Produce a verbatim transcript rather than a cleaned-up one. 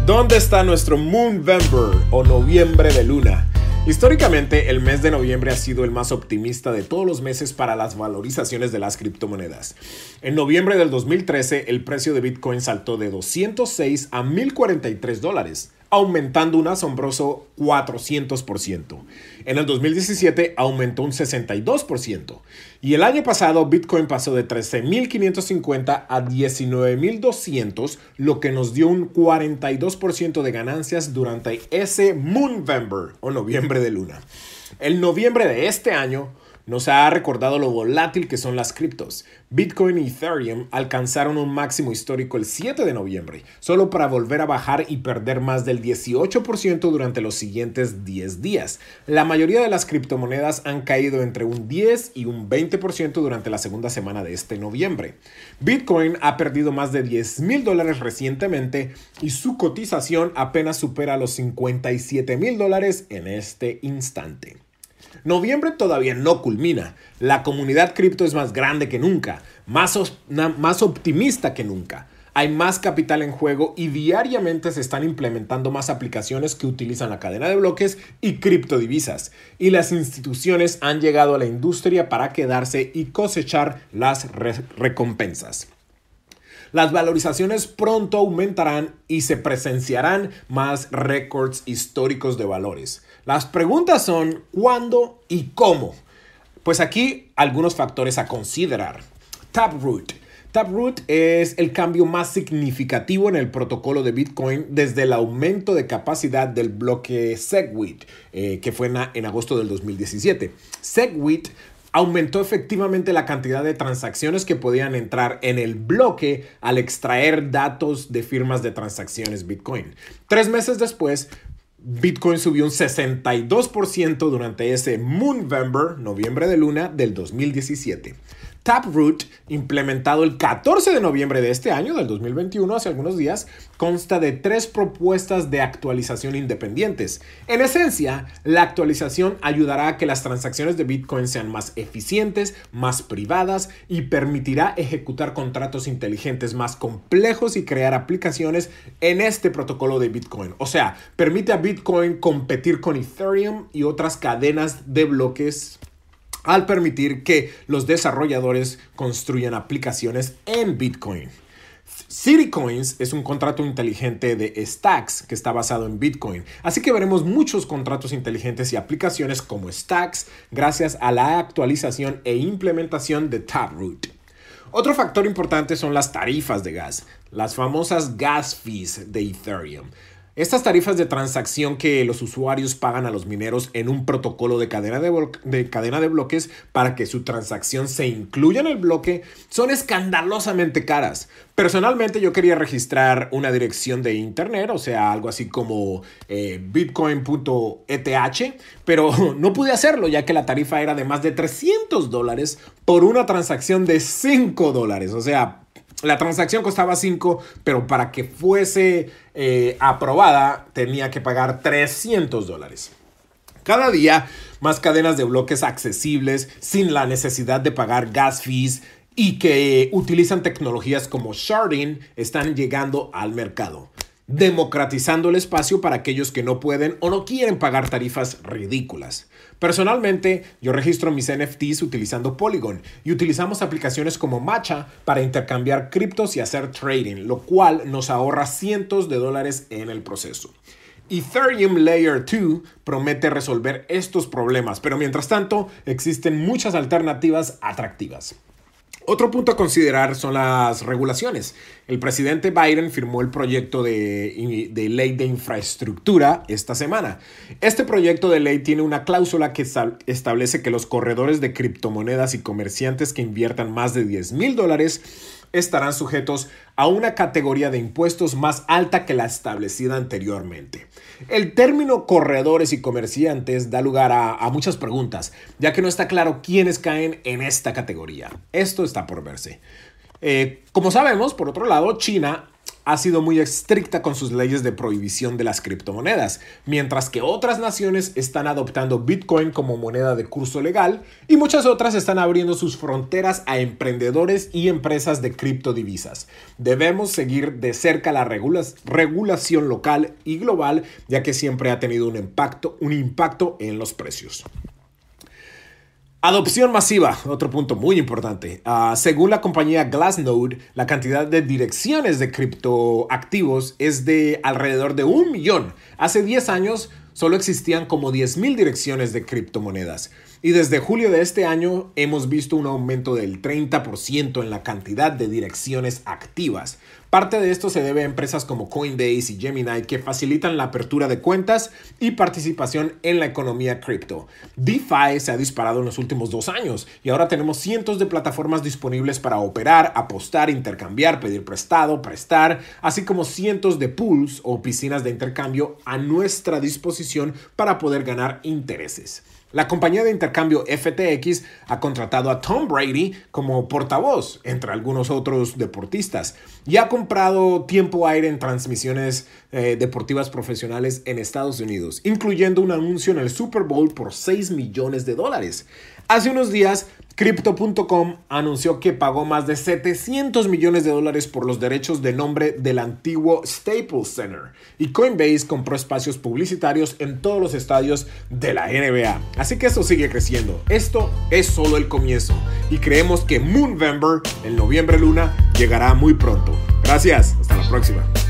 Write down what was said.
¿Dónde está nuestro Moonvember o noviembre de luna? Históricamente, el mes de noviembre ha sido el más optimista de todos los meses para las valorizaciones de las criptomonedas. En noviembre del dos mil trece, el precio de Bitcoin saltó de doscientos seis a mil cuarenta y tres dólares, aumentando un asombroso cuatrocientos por ciento. En el dos mil diecisiete aumentó un sesenta y dos por ciento. Y el año pasado Bitcoin pasó de trece mil quinientos cincuenta a diecinueve mil doscientos, lo que nos dio un cuarenta y dos por ciento de ganancias durante ese Moonvember o noviembre de luna. El noviembre de este año nos ha recordado lo volátil que son las criptos. Bitcoin y Ethereum alcanzaron un máximo histórico el siete de noviembre, solo para volver a bajar y perder más del dieciocho por ciento durante los siguientes diez días. La mayoría de las criptomonedas han caído entre un diez y un veinte por ciento durante la segunda semana de este noviembre. Bitcoin ha perdido más de diez mil dólares recientemente y su cotización apenas supera los cincuenta y siete mil dólares en este instante. Noviembre todavía no culmina. La comunidad cripto es más grande que nunca, más, más optimista que nunca. Hay más capital en juego y diariamente se están implementando más aplicaciones que utilizan la cadena de bloques y criptodivisas. Y las instituciones han llegado a la industria para quedarse y cosechar las re recompensas. Las valorizaciones pronto aumentarán y se presenciarán más récords históricos de valores. Las preguntas son ¿cuándo y cómo? Pues aquí algunos factores a considerar. Taproot. Taproot es el cambio más significativo en el protocolo de Bitcoin desde el aumento de capacidad del bloque SegWit, eh, que fue en, en agosto del dos mil diecisiete. SegWit aumentó efectivamente la cantidad de transacciones que podían entrar en el bloque al extraer datos de firmas de transacciones Bitcoin. Tres meses después, Bitcoin subió un sesenta y dos por ciento durante ese Moonvember, noviembre de luna, del dos mil diecisiete. Taproot, implementado el catorce de noviembre de este año, del dos mil veintiuno, hace algunos días, consta de tres propuestas de actualización independientes. En esencia, la actualización ayudará a que las transacciones de Bitcoin sean más eficientes, más privadas y permitirá ejecutar contratos inteligentes más complejos y crear aplicaciones en este protocolo de Bitcoin. O sea, permite a Bitcoin competir con Ethereum y otras cadenas de bloques al permitir que los desarrolladores construyan aplicaciones en Bitcoin. Citycoins es un contrato inteligente de Stacks que está basado en Bitcoin. Así que veremos muchos contratos inteligentes y aplicaciones como Stacks gracias a la actualización e implementación de Taproot. Otro factor importante son las tarifas de gas, las famosas gas fees de Ethereum. Estas tarifas de transacción que los usuarios pagan a los mineros en un protocolo de cadena de, de cadena de bloques para que su transacción se incluya en el bloque son escandalosamente caras. Personalmente yo quería registrar una dirección de internet, o sea, algo así como eh, bitcoin punto e t h, pero no pude hacerlo ya que la tarifa era de más de trescientos dólares por una transacción de cinco dólares, o sea, la transacción costaba cinco, pero para que fuese eh, aprobada tenía que pagar trescientos dólares. Cada día más cadenas de bloques accesibles sin la necesidad de pagar gas fees y que utilizan tecnologías como sharding están llegando al mercado, democratizando el espacio para aquellos que no pueden o no quieren pagar tarifas ridículas. Personalmente, yo registro mis N F Ts utilizando Polygon y utilizamos aplicaciones como Matcha para intercambiar criptos y hacer trading, lo cual nos ahorra cientos de dólares en el proceso. Ethereum Layer dos promete resolver estos problemas, pero mientras tanto existen muchas alternativas atractivas. Otro punto a considerar son las regulaciones. El presidente Biden firmó el proyecto de, de ley de infraestructura esta semana. Este proyecto de ley tiene una cláusula que establece que los corredores de criptomonedas y comerciantes que inviertan más de diez mil dólares estarán sujetos a una categoría de impuestos más alta que la establecida anteriormente. El término corredores y comerciantes da lugar a, a muchas preguntas, ya que no está claro quiénes caen en esta categoría. Esto está por verse. Eh, como sabemos, por otro lado, China ha sido muy estricta con sus leyes de prohibición de las criptomonedas, mientras que otras naciones están adoptando Bitcoin como moneda de curso legal y muchas otras están abriendo sus fronteras a emprendedores y empresas de criptodivisas. Debemos seguir de cerca la regula- regulación local y global, ya que siempre ha tenido un impacto, un impacto en los precios. Adopción masiva, otro punto muy importante. Uh, según la compañía Glassnode, la cantidad de direcciones de criptoactivos es de alrededor de un millón. Hace diez años solo existían como diez mil direcciones de criptomonedas. Y desde julio de este año hemos visto un aumento del treinta por ciento en la cantidad de direcciones activas. Parte de esto se debe a empresas como Coinbase y Gemini que facilitan la apertura de cuentas y participación en la economía cripto. DeFi se ha disparado en los últimos dos años y ahora tenemos cientos de plataformas disponibles para operar, apostar, intercambiar, pedir prestado, prestar, así como cientos de pools o piscinas de intercambio a nuestra disposición para poder ganar intereses. La compañía de intercambio F T X ha contratado a Tom Brady como portavoz, entre algunos otros deportistas, y ha comprado tiempo aire en transmisiones eh, deportivas profesionales en Estados Unidos, incluyendo un anuncio en el Super Bowl por seis millones de dólares. Hace unos días, Crypto punto com anunció que pagó más de setecientos millones de dólares por los derechos de nombre del antiguo Staples Center, y Coinbase compró espacios publicitarios en todos los estadios de la N B A. Así que esto sigue creciendo. Esto es solo el comienzo y creemos que Moonvember, el noviembre luna, llegará muy pronto. Gracias, hasta la próxima.